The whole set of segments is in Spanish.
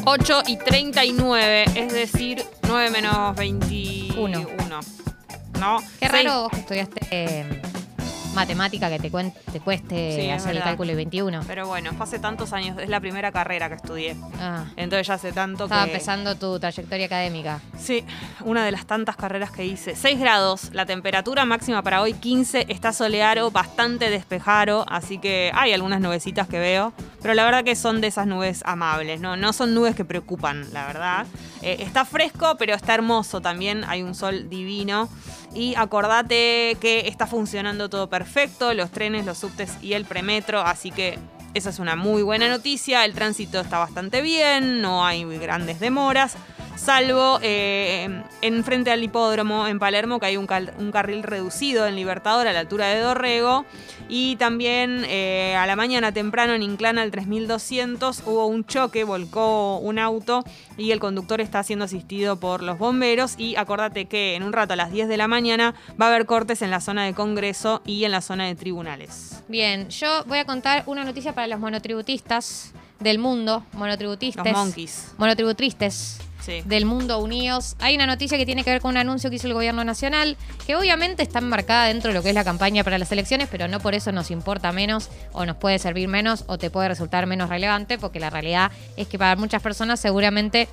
8:39, es decir, 9 menos 21. ¿No? Qué raro vos que estudiaste matemática que te cueste Sí, es hacer el verdad. cálculo y 21. Pero bueno, fue hace tantos años, es la primera carrera que estudié. Ah, Entonces ya hace tanto estaba que... empezando tu trayectoria académica. Sí, una de las tantas carreras que hice. 6 grados, la temperatura máxima para hoy 15, está soleado, bastante despejado, así que hay algunas nubecitas que veo, pero la verdad que son de esas nubes amables, no son nubes que preocupan, la verdad. Está fresco, pero está hermoso también, hay un sol divino. Y acordate que está funcionando todo perfecto, los trenes, los subtes y el premetro, así que esa es una muy buena noticia. El tránsito está bastante bien, no hay grandes demoras, salvo en frente al hipódromo en Palermo, que hay un carril reducido en Libertador a la altura de Dorrego. Y también a la mañana temprano en Inclán al 3200 hubo un choque, volcó un auto y el conductor está siendo asistido por los bomberos. Y acordate que en un rato a las 10 de la mañana va a haber cortes en la zona de Congreso y en la zona de tribunales. Bien, yo voy a contar una noticia para los monotributistas del mundo, monotributistas. Los monkeys. Monotributristes. Sí. Del mundo unidos. Hay una noticia que tiene que ver con un anuncio que hizo el gobierno nacional, que obviamente está enmarcada dentro de lo que es la campaña para las elecciones, pero no por eso nos importa menos o nos puede servir menos o te puede resultar menos relevante, porque la realidad es que para muchas personas seguramente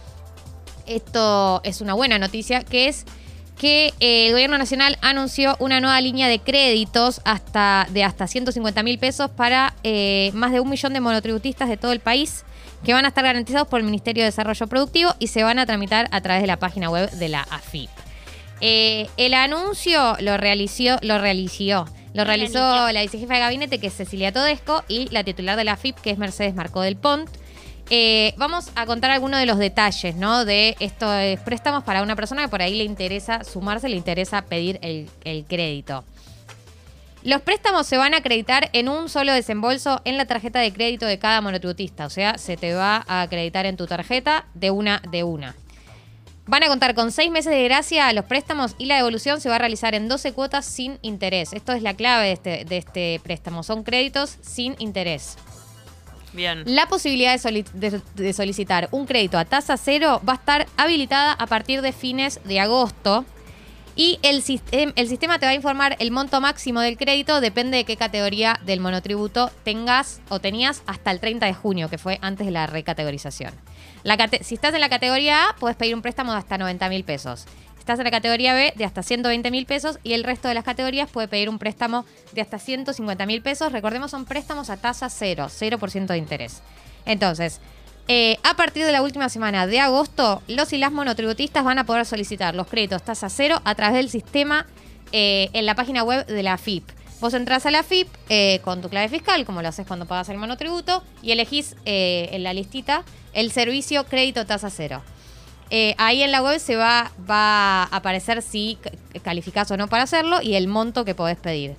esto es una buena noticia, que es que el gobierno nacional anunció una nueva línea de créditos de hasta 150.000 pesos para más de 1 millón de monotributistas de todo el país, que van a estar garantizados por el Ministerio de Desarrollo Productivo y se van a tramitar a través de la página web de la AFIP. El anuncio lo realizó la vicejefa de gabinete, que es Cecilia Todesco, y la titular de la AFIP, que es Mercedes Marcó del Pont. Vamos a contar algunos de los detalles, ¿no?, de estos préstamos para una persona que por ahí le interesa sumarse, le interesa pedir el crédito. Los préstamos se van a acreditar en un solo desembolso en la tarjeta de crédito de cada monotributista. O sea, se te va a acreditar en tu tarjeta de una. Van a contar con 6 meses de gracia a los préstamos y la devolución se va a realizar en 12 cuotas sin interés. Esto es la clave de este préstamo. Son créditos sin interés. Bien. La posibilidad de solicitar un crédito a tasa cero va a estar habilitada a partir de fines de agosto. Y el sistema te va a informar el monto máximo del crédito, depende de qué categoría del monotributo tengas o tenías hasta el 30 de junio, que fue antes de la recategorización. Si estás en la categoría A, puedes pedir un préstamo de hasta 90.000 pesos. Estás en la categoría B, de hasta 120.000 pesos, y el resto de las categorías puede pedir un préstamo de hasta 150.000 pesos. Recordemos, son préstamos a tasa cero, 0% de interés. Entonces, a partir de la última semana de agosto, los y las monotributistas van a poder solicitar los créditos tasa cero a través del sistema en la página web de la AFIP. Vos entrás a la AFIP con tu clave fiscal, como lo haces cuando pagas el monotributo, y elegís en la listita el servicio crédito tasa cero. Ahí en la web se va a aparecer si calificás o no para hacerlo y el monto que podés pedir.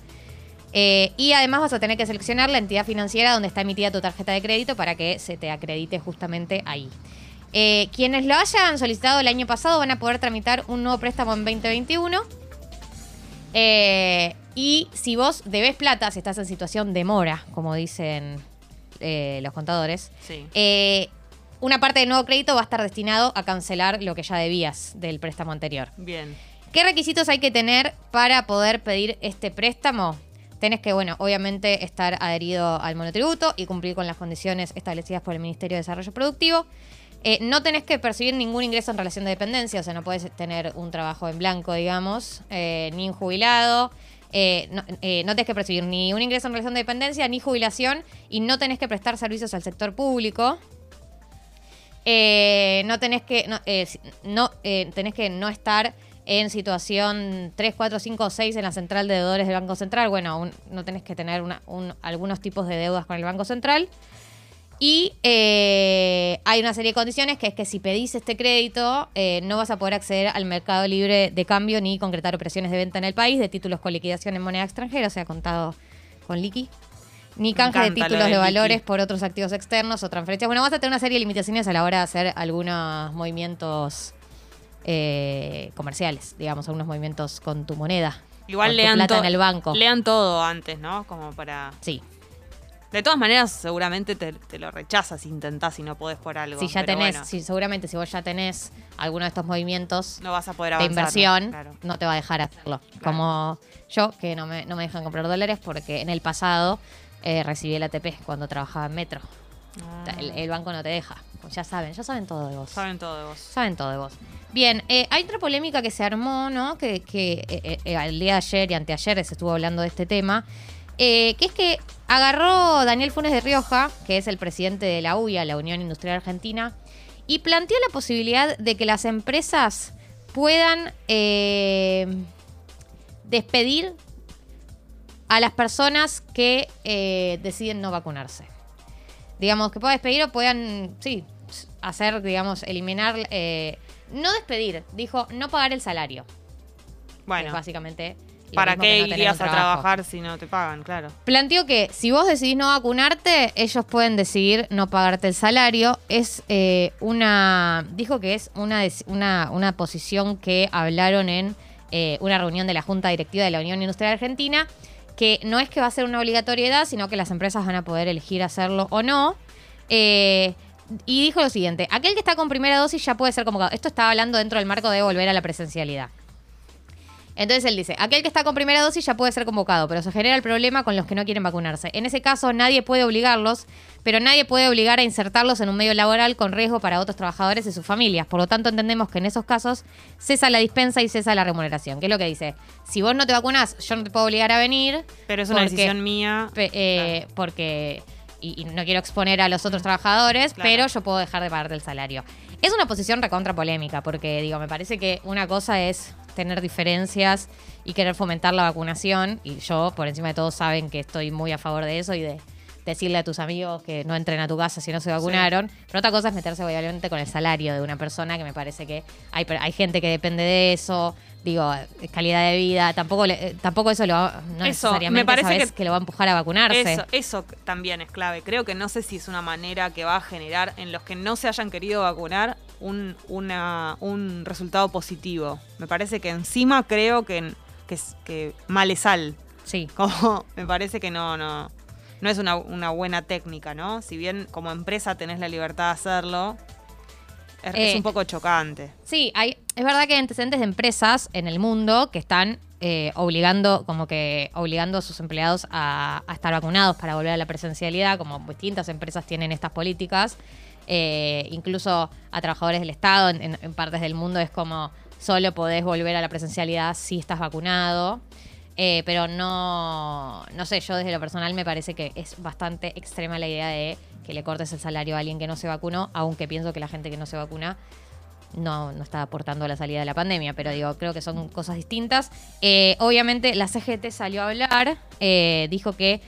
Y además vas a tener que seleccionar la entidad financiera donde está emitida tu tarjeta de crédito para que se te acredite justamente ahí. Quienes lo hayan solicitado el año pasado van a poder tramitar un nuevo préstamo en 2021. Y si vos debés plata, si estás en situación de mora, como dicen los contadores, Sí. Una parte del nuevo crédito va a estar destinado a cancelar lo que ya debías del préstamo anterior. Bien. ¿Qué requisitos hay que tener para poder pedir este préstamo? Tenés que, obviamente estar adherido al monotributo y cumplir con las condiciones establecidas por el Ministerio de Desarrollo Productivo. No tenés que percibir ningún ingreso en relación de dependencia, o sea, no podés tener un trabajo en blanco, digamos, ni un jubilado. No tenés que percibir ni un ingreso en relación de dependencia, ni jubilación, y no tenés que prestar servicios al sector público. Tenés que no estar en situación 3, 4, 5 o 6 en la central de deudores del Banco Central. No tenés que tener algunos tipos de deudas con el Banco Central. Y hay una serie de condiciones, que es que si pedís este crédito, no vas a poder acceder al mercado libre de cambio ni concretar operaciones de venta en el país de títulos con liquidación en moneda extranjera, o sea, contado con liqui. Ni canje de títulos de valores por otros activos externos o transferencias. Vas a tener una serie de limitaciones a la hora de hacer algunos movimientos comerciales, digamos, algunos movimientos con tu moneda. Igual con tu plata en el banco. Lean todo antes, ¿no? Como para... Sí. De todas maneras, seguramente te lo rechazas si intentás y no podés por algo. Si ya pero tenés, bueno, seguramente si vos ya tenés alguno de estos movimientos no vas a poder de avanzar. inversión, Claro. no te va a dejar hacerlo. Como yo, que no me dejan comprar dólares porque en el pasado recibí el ATP cuando trabajaba en Metro. Ah, El banco no te deja. Pues ya saben todo de vos. saben todo de vos. Saben todo de vos. Bien, hay otra polémica que se armó, ¿no? Que el día de ayer y anteayer se estuvo hablando de este tema. Que es que agarró Daniel Funes de Rioja, que es el presidente de la UIA, la Unión Industrial Argentina, y planteó la posibilidad de que las empresas puedan despedir a las personas que deciden no vacunarse. Digamos, que puedan despedir o puedan, sí, hacer, digamos, eliminar, no despedir, dijo, no pagar el salario. Bueno, Es básicamente lo ¿para mismo qué que no tener irías un a trabajo. trabajar si no te pagan? Claro. Planteó que si vos decidís no vacunarte, ellos pueden decidir no pagarte el salario. Es dijo que es una posición que hablaron en una reunión de la Junta Directiva de la Unión Industrial Argentina, que no es que va a ser una obligatoriedad, sino que las empresas van a poder elegir hacerlo o no. Y dijo lo siguiente: aquel que está con primera dosis ya puede ser convocado. Esto estaba hablando dentro del marco de volver a la presencialidad. Entonces él dice, aquel que está con primera dosis ya puede ser convocado, pero se genera el problema con los que no quieren vacunarse. En ese caso nadie puede obligarlos, pero nadie puede obligar a insertarlos en un medio laboral con riesgo para otros trabajadores y sus familias. Por lo tanto, entendemos que en esos casos cesa la dispensa y cesa la remuneración. ¿Qué es lo que dice? Si vos no te vacunás, yo no te puedo obligar a venir. Pero es una decisión mía. Porque y no quiero exponer a los otros trabajadores, Claro. pero yo puedo dejar de pagarte el salario. Es una posición recontra polémica, porque digo, me parece que una cosa es tener diferencias y querer fomentar la vacunación, y yo, por encima de todo, saben que estoy muy a favor de eso y de decirle a tus amigos que no entren a tu casa si no se vacunaron. Pero otra cosa es meterse obviamente con el salario de una persona, que me parece que hay gente que depende de eso. Digo, calidad de vida, tampoco eso no Eso, necesariamente me parece sabes que lo va a empujar a vacunarse. Eso también es clave. Creo que no sé si es una manera que va a generar en los que no se hayan querido vacunar un resultado positivo. Me parece que encima creo que malesal. Sí. Como me parece que no es una buena técnica, ¿no? Si bien como empresa tenés la libertad de hacerlo, es un poco chocante. Sí, es verdad que hay antecedentes de empresas en el mundo que están obligando a sus empleados a estar vacunados para volver a la presencialidad, como distintas empresas tienen estas políticas. Incluso a trabajadores del Estado en partes del mundo es como solo podés volver a la presencialidad si estás vacunado. Pero no sé, yo desde lo personal me parece que es bastante extrema la idea de que le cortes el salario a alguien que no se vacunó, aunque pienso que la gente que no se vacuna no está aportando a la salida de la pandemia, pero digo, creo que son cosas distintas. Obviamente la CGT salió a hablar, dijo que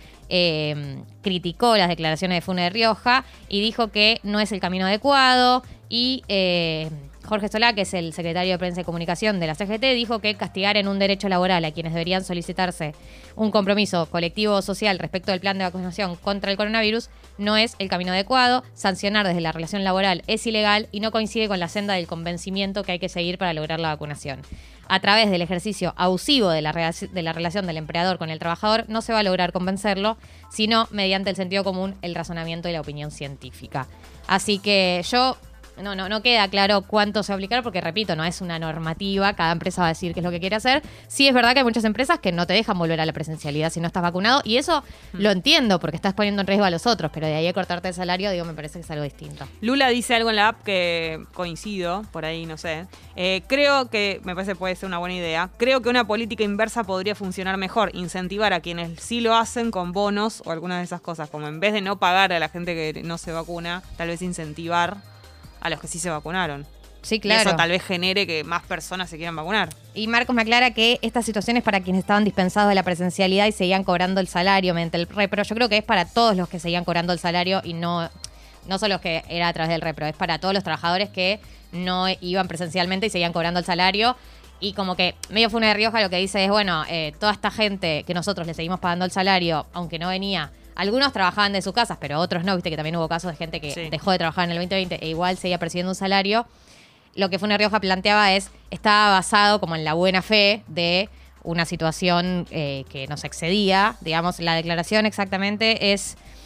criticó las declaraciones de Funes de Rioja y dijo que no es el camino adecuado, y Jorge Solá, que es el secretario de Prensa y Comunicación de la CGT, dijo que castigar en un derecho laboral a quienes deberían solicitarse un compromiso colectivo o social respecto del plan de vacunación contra el coronavirus no es el camino adecuado. Sancionar desde la relación laboral es ilegal y no coincide con la senda del convencimiento que hay que seguir para lograr la vacunación. A través del ejercicio abusivo de la relación del empleador con el trabajador no se va a lograr convencerlo, sino mediante el sentido común, el razonamiento y la opinión científica. Así que yo... No queda claro cuánto se va a aplicar porque, repito, no es una normativa. Cada empresa va a decir qué es lo que quiere hacer. Sí es verdad que hay muchas empresas que no te dejan volver a la presencialidad si no estás vacunado. Y eso lo entiendo porque estás poniendo en riesgo a los otros. Pero de ahí a cortarte el salario, digo, me parece que es algo distinto. Lula dice algo en la app que coincido, por ahí no sé. Creo que, me parece que puede ser una buena idea. Creo que una política inversa podría funcionar mejor. Incentivar a quienes sí lo hacen con bonos o algunas de esas cosas. Como en vez de no pagar a la gente que no se vacuna, tal vez incentivar a los que sí se vacunaron. Sí, claro. Y eso tal vez genere que más personas se quieran vacunar. Y Marcos me aclara que esta situación es para quienes estaban dispensados de la presencialidad y seguían cobrando el salario mediante el repro. Yo creo que es para todos los que seguían cobrando el salario y no solo los que era a través del repro. Es para todos los trabajadores que no iban presencialmente y seguían cobrando el salario. Y como que medio Funes de Rioja lo que dice es, bueno, toda esta gente que nosotros le seguimos pagando el salario, aunque no venía... Algunos trabajaban de sus casas, pero otros no, viste que también hubo casos de gente que dejó de trabajar en el 2020 e igual seguía percibiendo un salario. Lo que Funes de Rioja planteaba estaba basado como en la buena fe de una situación que nos excedía. Digamos, la declaración exactamente es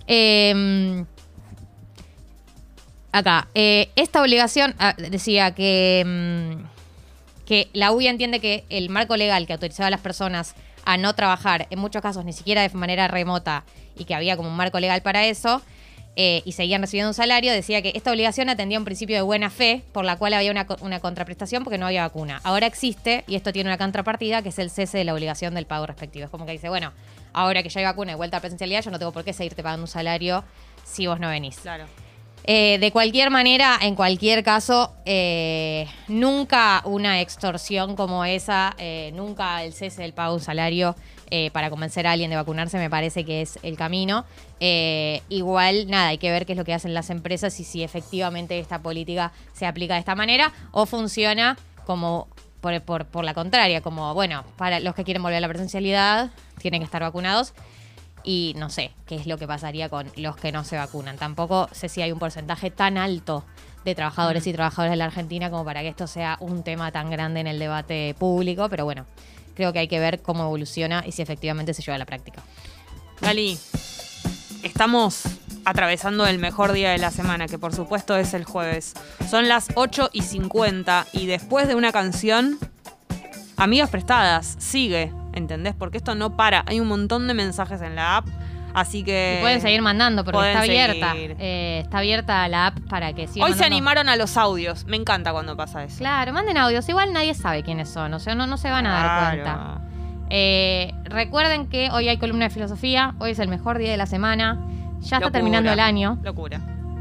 Acá, esta obligación decía que la UIA entiende que el marco legal que autorizaba a las personas a no trabajar, en muchos casos ni siquiera de manera remota, y que había como un marco legal para eso, y seguían recibiendo un salario, decía que esta obligación atendía un principio de buena fe, por la cual había una contraprestación porque no había vacuna. Ahora existe, y esto tiene una contrapartida, que es el cese de la obligación del pago respectivo. Es como que dice, bueno, ahora que ya hay vacuna y vuelta a presencialidad, yo no tengo por qué seguirte pagando un salario si vos no venís. Claro. De cualquier manera, en cualquier caso, nunca una extorsión como esa, nunca el cese del pago de un salario para convencer a alguien de vacunarse me parece que es el camino. Igual, nada, hay que ver qué es lo que hacen las empresas y si efectivamente esta política se aplica de esta manera o funciona como por la contraria, como, bueno, para los que quieren volver a la presencialidad tienen que estar vacunados. Y no sé qué es lo que pasaría con los que no se vacunan. Tampoco sé si hay un porcentaje tan alto de trabajadores y trabajadoras de la Argentina como para que esto sea un tema tan grande en el debate público. Pero bueno, creo que hay que ver cómo evoluciona y si efectivamente se lleva a la práctica. Gali, estamos atravesando el mejor día de la semana, que por supuesto es el jueves. Son las 8:50 y después de una canción, Amigas Prestadas sigue. ¿Entendés? Porque esto no para. Hay un montón de mensajes en la app. Así que... Y pueden seguir mandando porque está abierta. Seguir. Está abierta la app para que sigan Hoy mandando. se animaron a los audios. Me encanta cuando pasa eso. Claro, manden audios. Igual nadie sabe quiénes son. O sea, no se van a dar cuenta. Recuerden que hoy hay columna de filosofía. Hoy es el mejor día de la semana. Ya está terminando el año. Locura.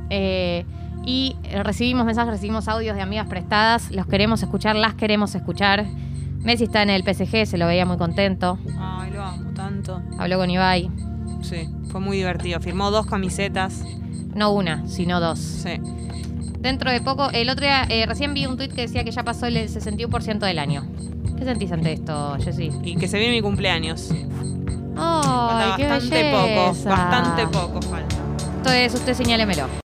Y recibimos mensajes, recibimos audios de amigas prestadas. Los queremos escuchar, las queremos escuchar. Messi está en el PSG, se lo veía muy contento. Ay, lo amo tanto. Habló con Ibai. Sí, fue muy divertido. Firmó 2 camisetas. No una, sino 2. Sí. Dentro de poco, el otro día, recién vi un tuit que decía que ya pasó el 61% del año. ¿Qué sentís ante esto, Jessy? Y que se viene mi cumpleaños. ¡Ay, qué bastante belleza! poco, bastante poco falta. Entonces, usted señálemelo.